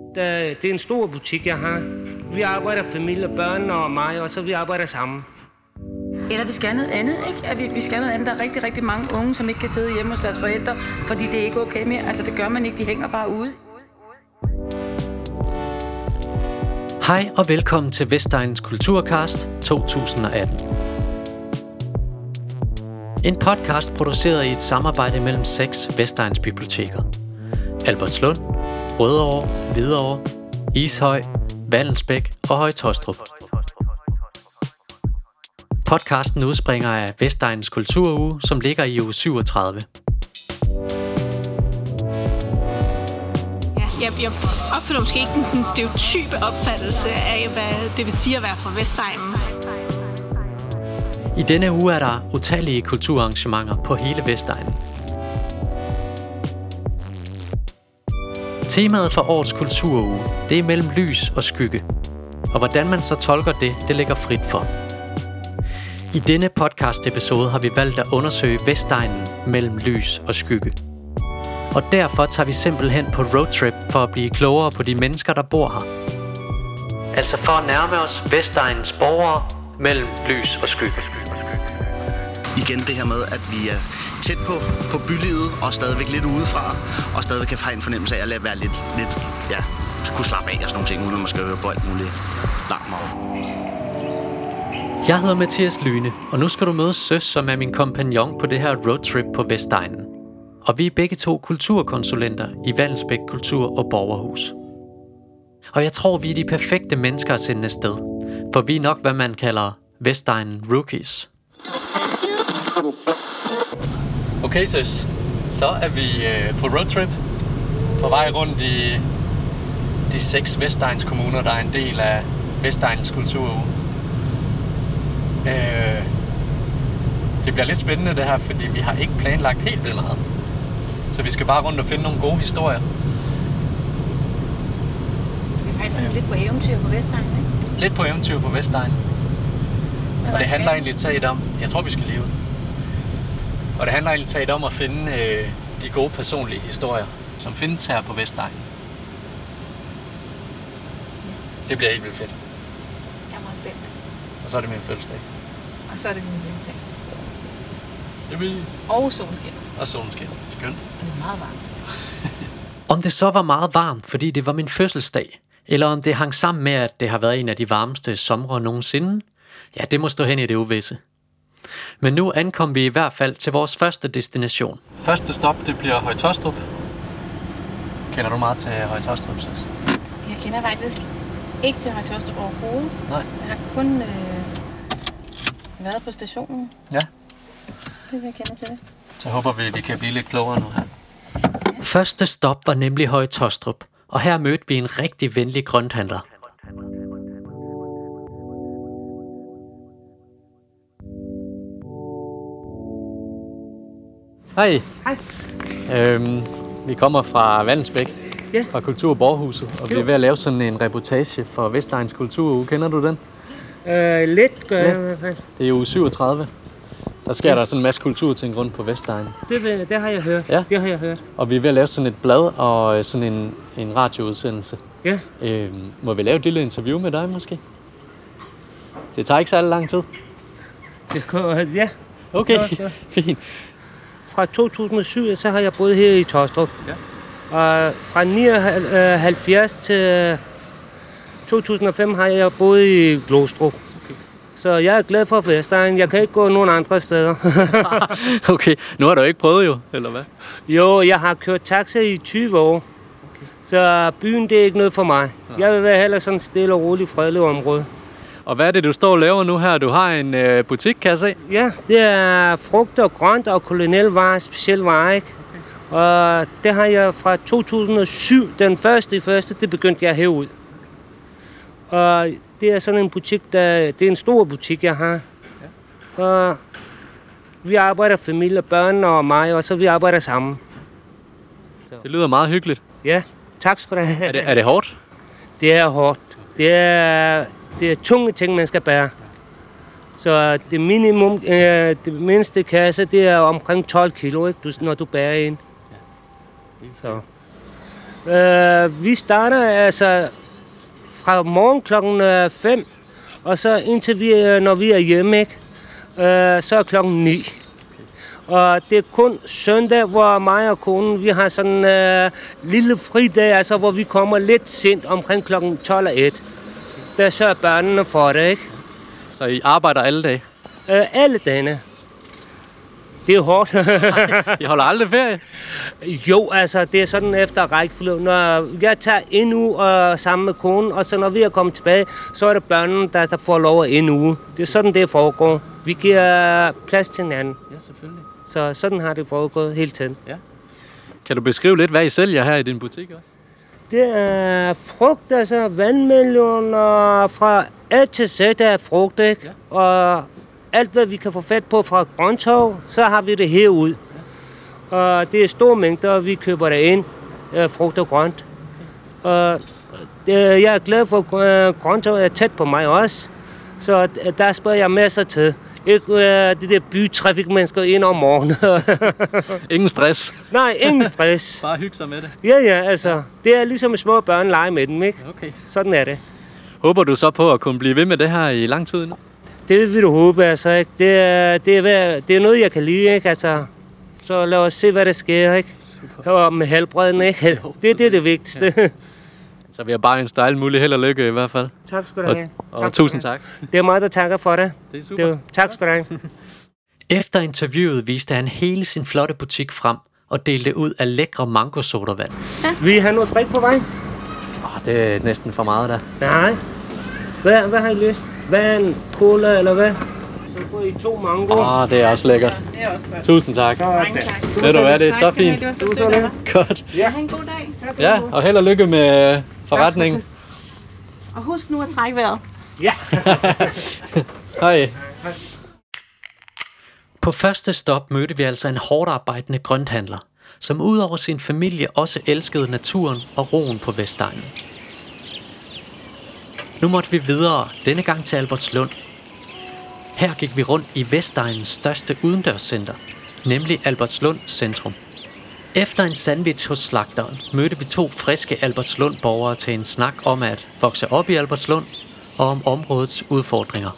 Det er en stor butik, jeg har. Vi arbejder familie, børn og mig, og så vi arbejder sammen. Eller vi skal noget andet, ikke? At vi skal noget andet. Der er rigtig, rigtig mange unge, som ikke kan sidde hjemme hos deres forældre, fordi det er ikke okay mere. Altså, det gør man ikke. De hænger bare ude. Hej og velkommen til Vestegnens Kulturcast 2018. En podcast produceret i et samarbejde mellem 6 Vestegns biblioteker. Albertslund, Rødovre, Hvidovre, Ishøj, Vallensbæk og Høje Taastrup. Podcasten udspringer af Vestegnens Kulturuge, som ligger i uge 37. Jeg opfylder måske ikke en sådan stereotype opfattelse af, hvad det vil sige at være fra Vestegnen. I denne uge er der utallige kulturarrangementer på hele Vestegnen. Temaet for årets kulturuge, det er mellem lys og skygge. Og hvordan man så tolker det ligger frit for. I denne podcast-episode har vi valgt at undersøge Vestegnen mellem lys og skygge. Og derfor tager vi simpelthen på roadtrip for at blive klogere på de mennesker, der bor her. Altså for at nærme os Vestegnens borgere mellem lys og skygge. Igen det her med, at vi er tæt på bylivet og stadigvæk lidt udefra, og stadigvæk kan have en fornemmelse af at være lidt kunne slappe af og sådan nogle ting, uden at man skal høre på alt muligt larm over. Jeg hedder Mathias Lyne, og nu skal du møde Søs, som er min kompagnon på det her roadtrip på Vestegnen. Og vi er begge to kulturkonsulenter i Vallensbæk Kultur- og Borgerhus. Og jeg tror, vi er de perfekte mennesker at sende afsted, for vi er nok, hvad man kalder Vestegnen rookies. Okay, Søs. Så er vi på roadtrip på vej rundt i de 6 Vestegns kommuner, der er en del af Vestegnens Kulturuge. Det bliver lidt spændende det her, fordi vi har ikke planlagt helt vildt meget. Så vi skal bare rundt og finde nogle gode historier. Vi er faktisk sådan lidt på eventyr på Vestegnen, ikke? Lidt på eventyr på Vestegnen. Og det handler egentlig taget om... Jeg tror, vi skal leve. Og det handler egentlig taget om at finde de gode personlige historier, som findes her på Vestegnen. Det bliver helt vildt fedt. Jeg er meget spændt. Og så er det min fødselsdag. Og så er det min fødselsdag. Jamen. Og solskin. Og solskin. Skønt. Og det er meget varmt. Om det så var meget varmt, fordi det var min fødselsdag, eller om det hang sammen med, at det har været en af de varmeste somre nogensinde, ja, det må stå hen i det uvisse. Men nu ankom vi i hvert fald til vores første destination. Første stop, det bliver Høje Taastrup. Kender du meget til Høje Taastrup, Søs? Jeg kender faktisk ikke til Høje Taastrup overhovedet. Nej. Jeg har kun været på stationen. Ja. Det vil jeg kende til det. Så håber vi kan blive lidt klogere nu her. Første stop var nemlig Høje Taastrup, og her mødte vi en rigtig venlig grønthandler. Hej. Hej. Vi kommer fra Vallensbæk, Ja. fra Kultur- og Borgerhuset, og vi er ved at lave sådan en reportage for Vestegns Kulturuge. Kender du den? Lidt gør jeg i hvert fald. Det er uge 37. Der sker der sådan en masse kulturting rundt på Vestegnen. Det har jeg hørt. Ja. Det har jeg hørt. Og vi er ved at lave sådan et blad og sådan en radioudsendelse. Ja. Må vi lave et lille interview med dig måske? Det tager ikke særlig lang tid. Ja. Okay, fint. Fra 2007, så har jeg boet her i Taastrup. Ja. Og fra 79 til 2005 har jeg boet i Glostrup. Så jeg er glad for Vestegnen. Jeg kan ikke gå nogen andre steder. Okay, nu har du ikke prøvet jo, eller hvad? Jo, jeg har kørt taxa i 20 år. Okay. Så byen, det er ikke noget for mig. Ja. Jeg vil være heller sådan stille og rolig, fredelig område. Og hvad er det, du står og laver nu her? Du har en butik, kan jeg se? Ja, det er frugt og grønt og kolonial varer, speciel varer, ikke? Okay. Og det har jeg fra 2007, den første, det begyndte jeg herud. Og det er sådan en butik, det er en stor butik, jeg har. Ja. Og vi arbejder familie, børn og mig, og så vi arbejder sammen. Så. Det lyder meget hyggeligt. Ja, tak skal du have. Er det hårdt? Det er hårdt. Det er tunge ting, man skal bære. Så det minimum, det mindste kasse, det er omkring 12 kilo, ikke? Når du bærer en. Så. Vi starter altså fra morgen klokken 5, og så indtil når vi er hjemme, ikke? Så er klokken 9. Og det er kun søndag, hvor mig og konen, vi har sådan en lille fridag, altså hvor vi kommer lidt sent omkring klokken 12 og 1. Der sørger børnene for det, ikke? Så I arbejder alle dage? Alle dagene. Det er hårdt. I holder aldrig ferie? Jo, altså det er sådan efter rækkefølge. Når jeg tager en uge sammen med konen, og så når vi er kommet tilbage, så er det børnene, der får lov at en uge. Det er sådan, det foregår. Vi giver plads til hinanden. Ja, selvfølgelig. Så sådan har det foregået hele tiden. Ja. Kan du beskrive lidt, hvad I sælger her i din butik også? Det er frugt, altså vandmeloner fra A til Z er frugt, ikke? Ja. Og alt, hvad vi kan få fat på fra grønthov, så har vi det herude. Og det er store mængder, vi køber det ind, frugt og grønt. Og jeg er glad for, at grønthov er tæt på mig også, så der spørger jeg masser til. Ikke det der bytrafik, man skal ind om morgenen. Ingen stress? Nej, ingen stress. Bare hygge sig med det? Ja, altså. Det er ligesom små børn lege med dem, ikke? Okay. Sådan er det. Håber du så på at kunne blive ved med det her i lang tid nu? Det vil du håbe, altså, ikke? Det er noget, jeg kan lide, ikke? Altså, så lad os se, hvad der sker, ikke? Og med helbredden, ikke? Det er det vigtigste. Ja. Så vil jeg bare ønske dig alt muligt held og lykke i hvert fald. Tak skal du have. Og tusind tak. Det er mig, der takker for det. Det er super. Tak skal du have. Efter interviewet viste han hele sin flotte butik frem og delte ud af lækre mango-sodavand. Ja. Vil I have noget drik på vej? Det er næsten for meget der. Nej. Hvad har I lyst? Vand, cola eller hvad? Så får I 2 mango. Det er også lækkert. Det er også godt. Tusind tak. Ved du hvad, det er så fint. Det var så sødt af dig. Godt. Ja. Ha' en god dag. Ja, og held og lykke med forretningen. Og husk nu at trække vejret. Ja. Hej. På første stop mødte vi altså en hårdt arbejdende grønthandler, som udover sin familie også elskede naturen og roen på Vestegnen. Nu måtte vi videre, denne gang til Albertslund. Her gik vi rundt i Vestegnens største udendørscenter, nemlig Albertslund Centrum. Efter en sandwich hos slagteren mødte vi 2 friske Albertslund-borgere til en snak om at vokse op i Albertslund og om områdets udfordringer.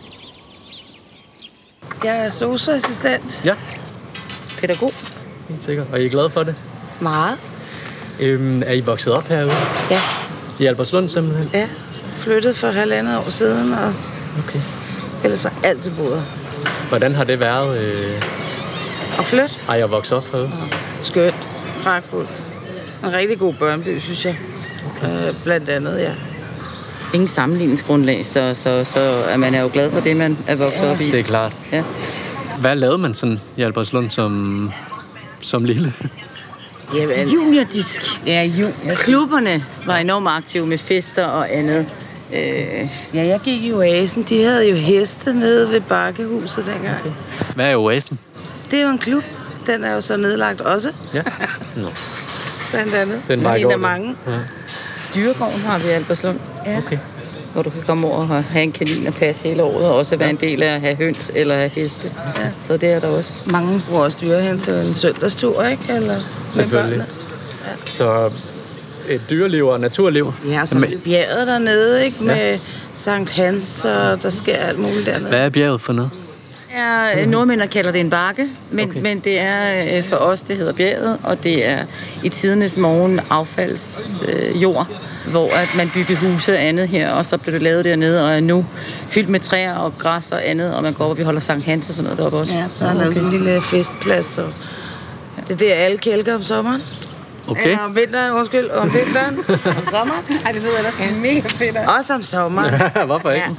Jeg er sosu-assistent. Ja, Pædagog. helt sikkert. Og I er glade for det? Meget. Er I vokset op herude? Ja. I Albertslund simpelthen? Ja. Flyttet for 1,5 år siden, og Okay. ellers har jeg altid boet her. Hvordan har det været? Og flytte? Har jeg vokset op herude? Skønt. Pragtfuldt. En rigtig god børneby, synes jeg. Okay. Blandt andet, ja. Ingen sammenligningsgrundlag, så er man jo glad for det, man er vokset op i. Det er klart. Ja. Hvad lavede man sådan i Albertslund som lille? Jamen, Juniordisk. ja, Klubberne var enormt aktive med fester og andet. Ja, jeg gik i Oasen. De havde jo heste nede ved Bakkehuset dengang. Okay. Hvad er Oasen? Det er jo en klub. Den er jo så nedlagt også, Ja. Nå. blandt andet. Den var i en går, af den. mange. Ja. Dyregården har vi i Albertslund, Ja. Okay. hvor du kan komme over og have en kanin og passe hele året, og også være en del af at have høns eller have heste. Ja. Så det er der også. Mange bruger også dyr hen til en søndagstur, ikke? Eller med Selvfølgelig. børnene. Så et dyreliv og naturliv. Ja, og så Men- bjerget dernede, ikke? Med Sankt Hans, og der sker alt muligt dernede. Hvad er bjerget for noget? Ja, nordmænder kalder det en bakke, men det er for os, det hedder bjerget, og det er i tidernes morgen affaldsjord, hvor at man byggede huse og andet her, og så blev det lavet dernede, og er nu fyldt med træer og græs og andet, og man går op og vi holder Sankt Hans og sådan noget deroppe også. Ja, der er lavet sådan en lille festplads, og det er der alle kælker om sommeren. Okay. Eller om vinteren, undskyld, om vinteren. Om sommeren. Ej, det ved jeg da. Det er mega fedt. Også om sommeren. Hvorfor ikke?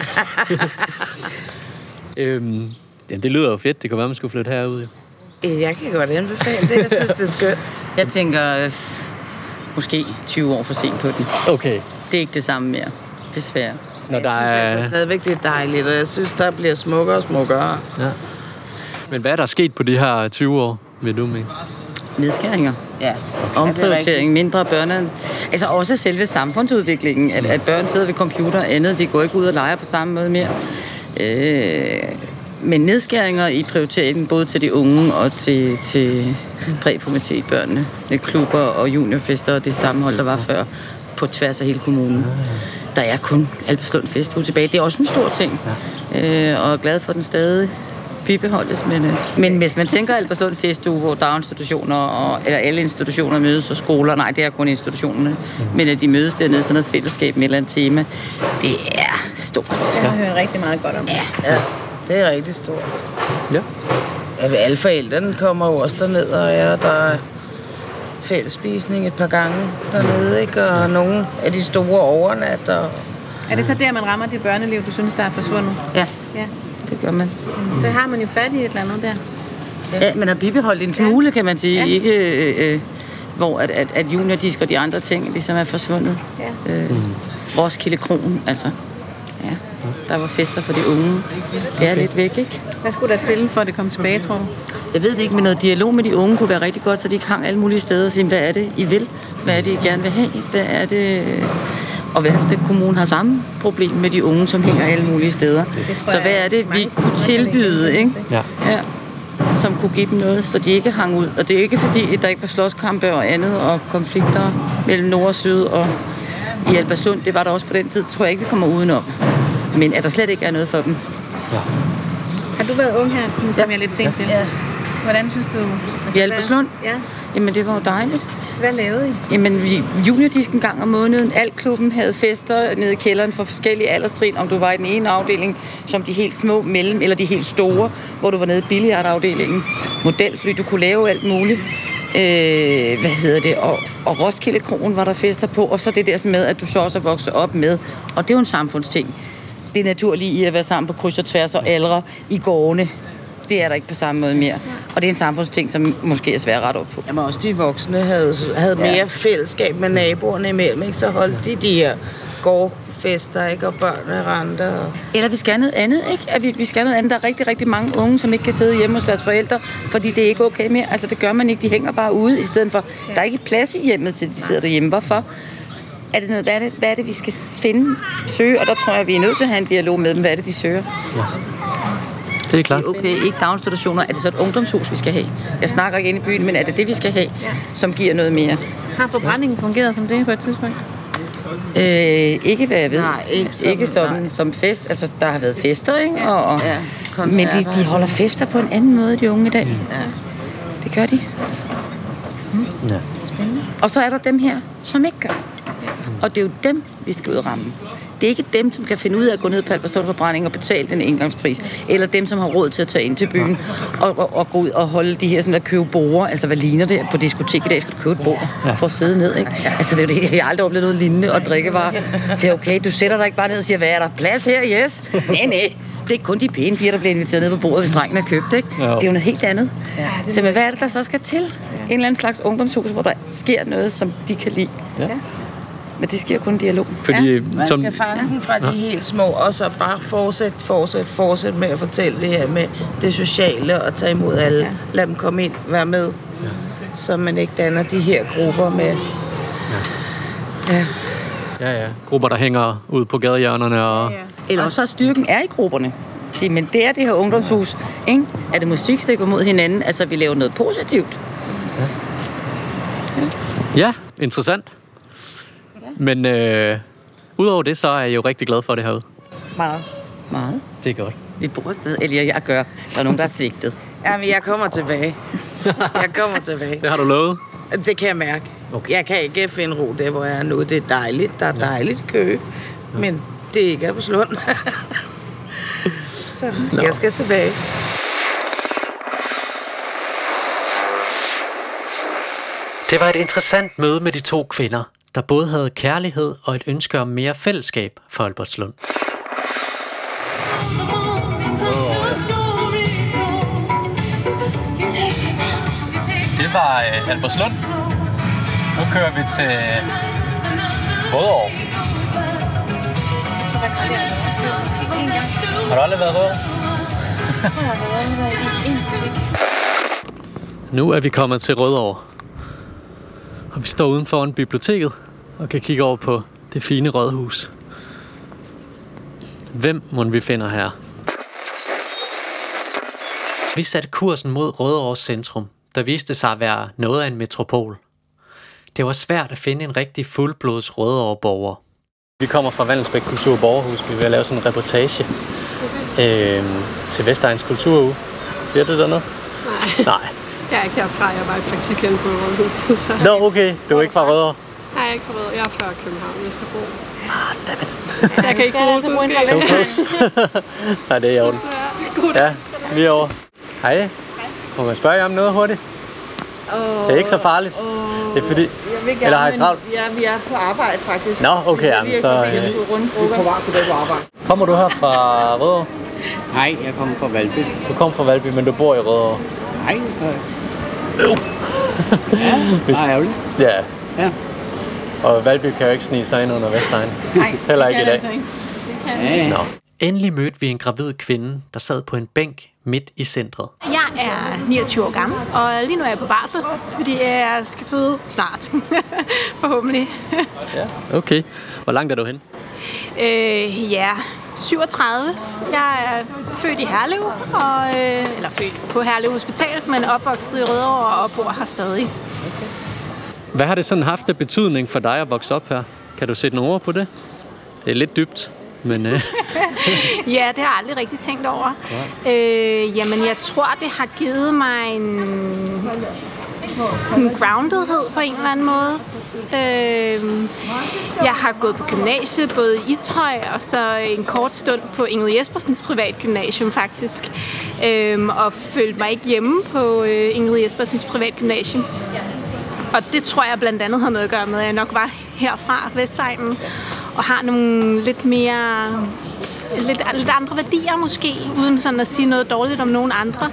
Jamen, det lyder jo fedt. Det kan være, man skulle flytte herud. Jeg kan godt anbefale det. Jeg synes, det er skønt. Jeg tænker måske 20 år for sent på den. Okay. Det er ikke det samme mere, desværre. Når Jeg synes altså stadigvæk, det er dejligt, og jeg synes, der bliver smukkere og smukkere. Ja. Men hvad er der sket på de her 20 år, vil du mene? Nedskæringer. Ja. Omprioritering, mindre børn. Altså også selve samfundsudviklingen, at børn sidder ved computer og andet. Vi går ikke ud og leger på samme måde mere. Men nedskæringer i prioriteringen, både til de unge og til præpubertetbørnene, med klubber og juniorfester og det sammenhold, der var før, på tværs af hele kommunen. Der er kun Albertslund Festuge tilbage. Det er også en stor ting, og jeg er glad for, at den stadig bibeholdes. Men hvis man tænker Albertslund Festuge, hvor daginstitutioner eller alle institutioner mødes, og skoler, nej, det er kun institutionerne, men at de mødes dernede, sådan noget fællesskab med et eller andet tema, det er stort. Det har jeg hørt rigtig meget godt om. Ja, det er rigtig stort. Ja. Alle forældrene kommer jo også derned, og der er fællesspisning et par gange dernede, ikke? Og nogle af de store overnatter. Er det så der, man rammer det børneliv, du synes, der er forsvundet? Ja, Ja. det gør man. Så har man jo fat i et eller andet der. Ja, man har bibeholdt en smule, kan man sige. Ja. Ikke hvor at juniordisk og de andre ting ligesom er forsvundet. Ja. Roskilde Kron, altså. Ja, der var fester for de unge. Det er lidt væk, ikke? Hvad skulle der til, for at det kom tilbage, tror du? Jeg ved det ikke, men noget dialog med de unge kunne være rigtig godt, så de ikke hang alle mulige steder og sige, hvad er det, I vil? Hvad er det, I gerne vil have? Hvad er det... Og Valsbæk Kommune har samme problem med de unge, som hænger alle mulige steder. Så hvad er det, vi kunne tilbyde, ikke? Ja. Ja, som kunne give dem noget, så de ikke hang ud. Og det er ikke fordi, at der ikke var slåskampe og andet, og konflikter mellem nord og syd, og i Albertslund, det var der også på den tid, tror jeg ikke, vi kommer udenom. Men at der slet ikke er noget for dem. Ja. Har du været ung her? Nu kom jeg lidt sent til. Ja. Hvordan synes du... I Albertslund? Ja. Jamen, det var jo dejligt. Hvad lavede I? Jamen, juniordisk en gang om måneden. Altklubben havde fester nede i kælderen for forskellige alderstrin. Om du var i den ene afdeling, som de helt små mellem, eller de helt store, hvor du var nede i billiardafdelingen. Modelfly, du kunne lave alt muligt. Og Roskilde Kron var der fester på. Og så det der med, at du så også er vokset op med. Og det er jo en samfundsting. Det er naturligt i at være sammen på kryds og tværs og aldre i gårdene. Det er der ikke på samme måde mere. Og det er en samfundsting, som måske er svært at rette op på. Jamen også de voksne havde mere fællesskab med naboerne imellem, ikke? Så holdt de her gårdfester, ikke? Og børnerenter. Eller vi skal noget andet, ikke? At vi skal noget andet. Der er rigtig, rigtig mange unge, som ikke kan sidde hjemme hos deres forældre, fordi det er ikke okay mere. Altså det gør man ikke. De hænger bare ude i stedet for. Der er ikke plads i hjemmet, til de sidder derhjemme. Hvorfor? Er det noget, hvad er det, vi skal søge? Og der tror jeg, vi er nødt til at have en dialog med dem. Hvad er det, de søger? Ja. Det er klart. Okay, ikke daginstitutioner. Er det så et ungdomshus, vi skal have? Jeg snakker ikke ind i byen, men er det det, vi skal have, som giver noget mere? Har forbrændingen fungeret som det på et tidspunkt? Ikke hvad jeg ved. Nej, ikke som fest. Altså, der har været fester, ikke? Men koncerter, de holder fester på en anden måde, de unge i dag. Ja. Det gør de. Ja. Og så er der dem her, som ikke gør. Og det er jo dem, vi skal ud og ramme. Det er ikke dem, som kan finde ud af at gå ned på Albertslund Forbrænding og betale den engangspris. Eller dem, som har råd til at tage ind til byen og gå ud og holde de her sådan der købe borde. Altså, hvad ligner det? På diskotek i dag skal du købe et bord for at sidde ned, ikke? Altså, det er jo det. Jeg har aldrig oplevet noget lignende og drikkevarer. Så okay, du sætter dig ikke bare ned og siger, hvad er der? Plads her? Yes. Nej. Det er kun de pæne piger, der bliver inviteret ned på bordet, hvis drengen er købt, ikke? Det er jo noget helt andet. Ja, så hvad er det, der så skal til? En eller anden slags ungdomshus, hvor der sker noget, som de kan lide. Ja. Men det sker kun dialog. Fordi, Man skal fange den fra de helt små, og så bare fortsætte med at fortælle det her med det sociale, og tage imod alle. Lad dem komme ind, være med, så man ikke danner de her grupper med... Ja. Grupper, der hænger ud på gadehjørnerne og... Eller også styrken er i grupperne. Men det er det her ungdomshus, ikke? Er det musikstikker mod hinanden? Altså, vi laver noget positivt. Ja, interessant. Men udover det, så er jeg jo rigtig glad for det herude. Meget. Det er godt. Vi bor stadig, eller jeg gør. Der er nogen, der er sigtet. Jamen, jeg kommer tilbage. Det har du lovet? Det kan jeg mærke. Okay. Jeg kan ikke finde ro der, hvor jeg er nu. Det er dejligt. Der er dejligt Køge. Men det er ikke Albertslund. Så jeg skal tilbage. Det var et interessant møde med de to kvinder, der både havde kærlighed og et ønske om mere fællesskab for Albertslund. Det var Albertslund. Nu kører vi til Rødovre. Jeg tror faktisk aldrig, jeg har været måske en gang. Har du aldrig været Rødovre? Jeg tror, jeg har været i en butik. Nu er vi kommet til Rødovre. Og vi står uden foran biblioteket og kan kigge over på det fine rådhus. Hvem må vi finder her? Vi satte kursen mod Rødovre centrum, der viste sig at være noget af en metropol. Det var svært at finde en rigtig fuldblods Rødovre-borger. Vi kommer fra Vallensbæk Kultur- og Borgerhus. Vi vil lave sådan en reportage til Vestegnens Kulturuge. Siger det der noget? Nej. Jeg er ikke herfra, jeg er bare praktikant på Rådhuset. Så... Nå, okay. Du er ikke fra Rødovre? Nej, jeg er ikke fra Rødovre. Jeg er fra København, Vesterbro. Dammit. Så jeg kan ikke bruge måske. So close. Nej, det er i orden. Ja, vi er over. Hej. Må man spørge jer om noget hurtigt? Det er ikke så farligt. Det er fordi... Eller har I travlt? Ja, vi er på arbejde faktisk. Nå, okay, jamen, så... Kommer du her fra Rødovre? Nej, jeg kommer fra Valby. Du kommer fra Valby, men du bor i Rødovre? Nej, det gør jeg. Det er ærgerligt. Ja. Og Valby kan jo ikke snige sig ind under Vestegnen. Nej, heller ikke i dag. Det kan Nå. Endelig mødte vi en gravid kvinde, der sad på en bænk midt i centret. Jeg er 29 år gammel, og lige nu er jeg på barsel, fordi jeg skal føde snart. Forhåbentlig. Ja, okay. Hvor langt er du hen? 37. Jeg er født i Herlev, eller født på Herlev Hospital, men opvokset i Rødovre og bor her stadig. Hvad har det sådan haft af betydning for dig at vokse op her? Kan du sætte nogle ord på det? Det er lidt dybt, men... Ja, det har jeg aldrig rigtig tænkt over. Jamen, jeg tror, det har givet mig en sådan groundedhed på en eller anden måde. Jeg har gået på gymnasiet, både i Ishøj og så en kort stund på Ingrid Jespersens privatgymnasium faktisk. Og følte mig ikke hjemme på Ingrid Jespersens privatgymnasium. Og det tror jeg blandt andet har noget at gøre med, at jeg nok var herfra, Vestegnen, og har nogle lidt andre værdier måske, uden sådan at sige noget dårligt om nogen andre.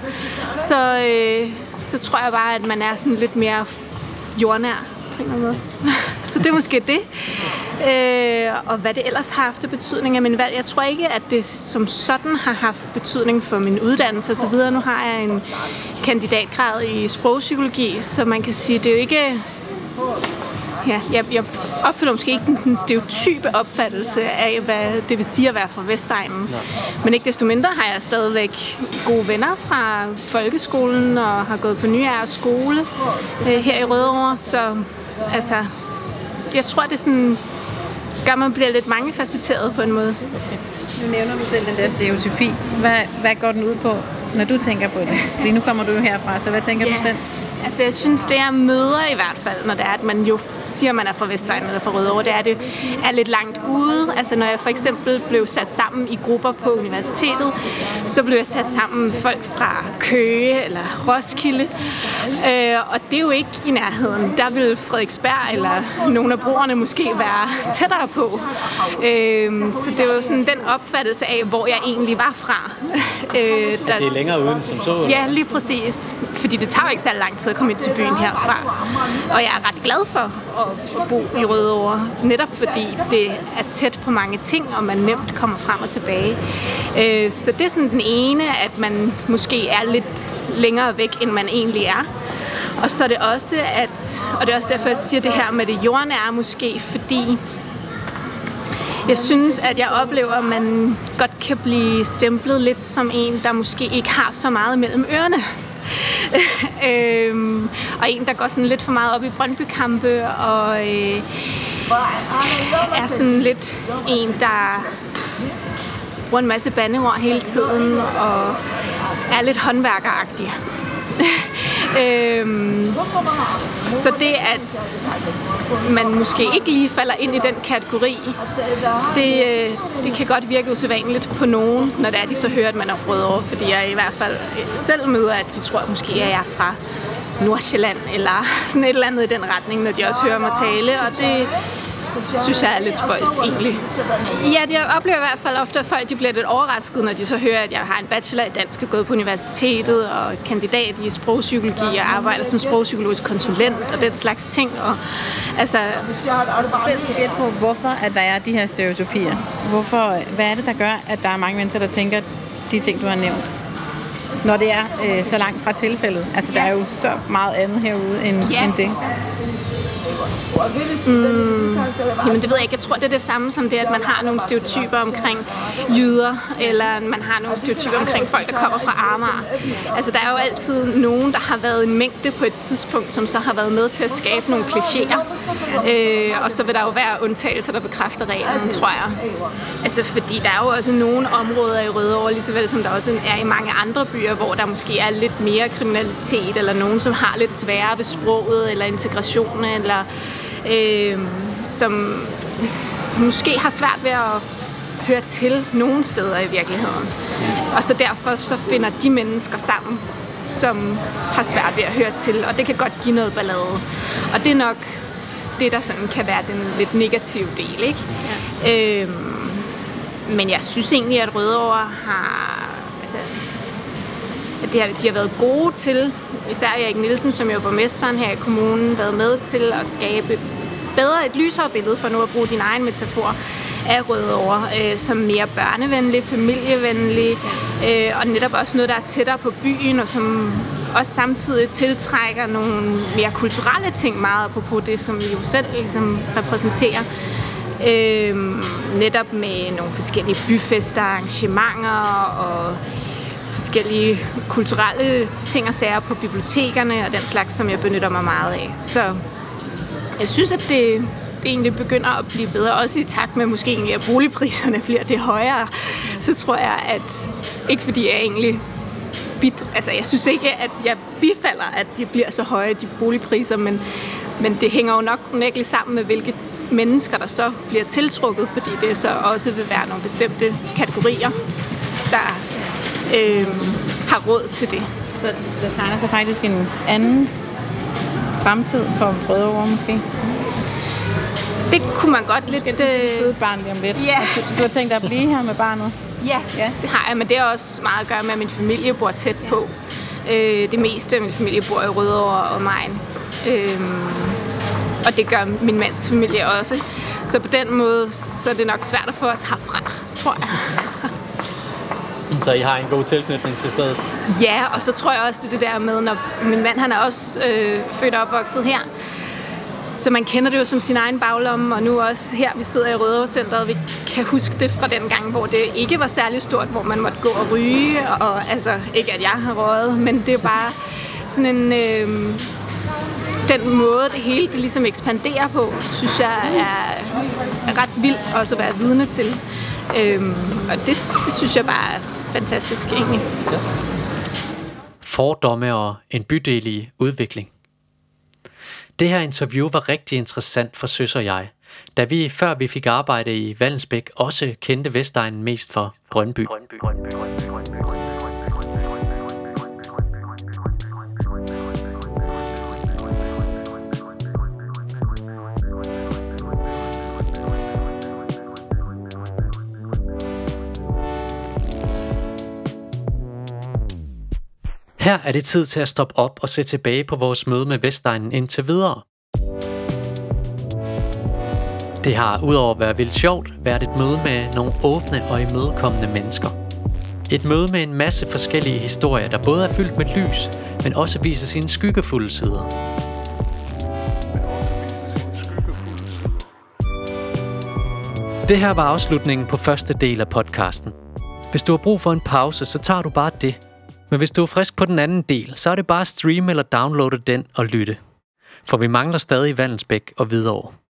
Så tror jeg bare, at man er sådan lidt mere jordnær på en eller anden måde. Så det er måske det. Og hvad det ellers har haft betydning af min valg. Jeg tror ikke, at det som sådan har haft betydning for min uddannelse osv. Nu har jeg en kandidatgrad i sprogpsykologi, så man kan sige, det er jo ikke... Ja, jeg opfylder måske ikke den sådan stereotype opfattelse af, hvad det vil sige at være fra Vestegnen. Men ikke desto mindre har jeg stadigvæk gode venner fra folkeskolen og har gået på Nyær skole her i Rødovre. Så altså, jeg tror, det sådan gør, man bliver lidt mangefacetteret på en måde. Nu nævner du selv den der stereotypi. Hvad går den ud på, når du tænker på det? Fordi nu kommer du jo herfra, så hvad tænker du selv? Altså, jeg synes, det jeg møder i hvert fald, når det er, at man jo siger, at man er fra Vestegnen eller fra Rødovre, det er lidt langt ude. Altså, når jeg for eksempel blev sat sammen i grupper på universitetet, så blev jeg sat sammen med folk fra Køge eller Roskilde. Og det er jo ikke i nærheden. Der vil Frederiksberg eller nogle af broerne måske være tættere på. Så det var jo sådan den opfattelse af, hvor jeg egentlig var fra. Det er længere uden som så? Ja, lige præcis. Fordi det tager jo ikke så lang tid at komme ind til byen herfra. Og jeg er ret glad for at bo i Rødovre, netop fordi det er tæt på mange ting, og man nemt kommer frem og tilbage. Så det er sådan den ene, at man måske er lidt længere væk, end man egentlig er. Og så er det også, og det er også derfor, jeg siger det her med det jordnære måske, fordi jeg synes, at jeg oplever, at man godt kan blive stemplet lidt som en, der måske ikke har så meget mellem ørerne. Og en, der går sådan lidt for meget op i Brøndby-kampe, og er sådan lidt en, der bruger en masse bandeord hele tiden, og er lidt håndværkeragtig. Så det, at man måske ikke lige falder ind i den kategori, det kan godt virke usædvanligt på nogen, når det er, de så hører, at man er fra Rødovre, fordi jeg i hvert fald selv møder, at de tror, at måske er jeg fra Nordsjælland, eller sådan et eller andet i den retning, når de også hører mig tale, og det synes jeg er lidt spøjst egentlig. Ja, jeg oplever i hvert fald ofte, at folk de bliver lidt overrasket, når de så hører, at jeg har en bachelor i dansk og gået på universitetet og kandidat i sprogpsykologi og arbejder som sprogpsykologisk konsulent og den slags ting. Og, altså, har du selv gæt på, hvorfor at der er de her stereotypier? Hvad er det, der gør, at der er mange mennesker, der tænker de ting, du har nævnt? når det er så langt fra tilfældet. Altså, der er jo så meget andet herude end det. Jamen det ved jeg ikke. Jeg tror, det er det samme som det, at man har nogle stereotyper omkring jyder, eller man har nogle stereotyper omkring folk, der kommer fra Amager. Altså der er jo altid nogen, der har været en mængde på et tidspunkt, som så har været med til at skabe nogle klichéer. Og så vil der jo være undtagelser, der bekræfter reglen, tror jeg. Altså fordi der er jo også nogle områder i Rødovre, lige så vel som der også er i mange andre byer, hvor der måske er lidt mere kriminalitet, eller nogen, som har lidt sværere ved sproget, eller integration, eller som måske har svært ved at høre til nogle steder i virkeligheden. Og så derfor så finder de mennesker sammen, som har svært ved at høre til, og det kan godt give noget ballade. Og det er nok det, der sådan kan være den lidt negative del, ikke? Ja. Men jeg synes egentlig, at Rødovre har... Altså, at de har været gode til, især Erik Nielsen, som jo er borgmesteren her i kommunen, været med til at skabe et lysere billede, for nu at bruge din egen metafor, af Rødovre, som mere børnevenlig, familievenlig, og netop også noget, der er tættere på byen, og som også samtidig tiltrækker nogle mere kulturelle ting meget apropos det, som vi jo selv ligesom repræsenterer. Netop med nogle forskellige byfester, arrangementer og forskellige kulturelle ting og sager på bibliotekerne og den slags, som jeg benytter mig meget af. Så jeg synes, at det egentlig begynder at blive bedre, også i takt med måske egentlig, at boligpriserne bliver det højere. Så tror jeg, at ikke fordi jeg egentlig... Altså, jeg synes ikke, at jeg bifalder, at de bliver så høje, de boligpriser, men det hænger jo nok unægteligt sammen med, hvilke mennesker, der så bliver tiltrukket, fordi det så også vil være nogle bestemte kategorier, der har råd til det. Så der tegner sig faktisk en anden fremtid for Rødovre måske? Det kunne man godt lidt... Du har et barn lige om lidt. Ja. Du har tænkt dig at blive her med barnet? Ja, det har jeg, men det er også meget at gøre med, at min familie bor tæt på. Det meste af min familie bor i Rødovre og omegn. Og det gør min mands familie også. Så på den måde, så er det nok svært at få os herfra, tror jeg. Så I har en god tilknytning til stedet? Ja, og så tror jeg også, det der med, når min mand han er også født og opvokset her. Så man kender det jo som sin egen baglomme, og nu også her, vi sidder i Rødovre-centret, vi kan huske det fra den gang, hvor det ikke var særlig stort, hvor man måtte gå og ryge, og altså, ikke at jeg har røget, men det er bare sådan en... den måde, det hele det ligesom ekspanderer på, synes jeg er ret vildt også at være vidne til. Og det synes jeg bare er fantastisk egentlig. Fordomme og en bydel i udvikling. Det her interview var rigtig interessant for Søs og jeg, da vi, før vi fik arbejde i Vallensbæk, også kendte Vestegnen mest for Brøndby. Her er det tid til at stoppe op og se tilbage på vores møde med Vestegnen indtil videre. Det har udover at være vildt sjovt været et møde med nogle åbne og imødekommende mennesker. Et møde med en masse forskellige historier, der både er fyldt med lys, men også viser sine skyggefulde sider. Det her var afslutningen på første del af podcasten. Hvis du har brug for en pause, så tager du bare det. Men hvis du er frisk på den anden del, så er det bare at streame eller downloade den og lytte. For vi mangler stadig Vallensbæk og Hvidovre.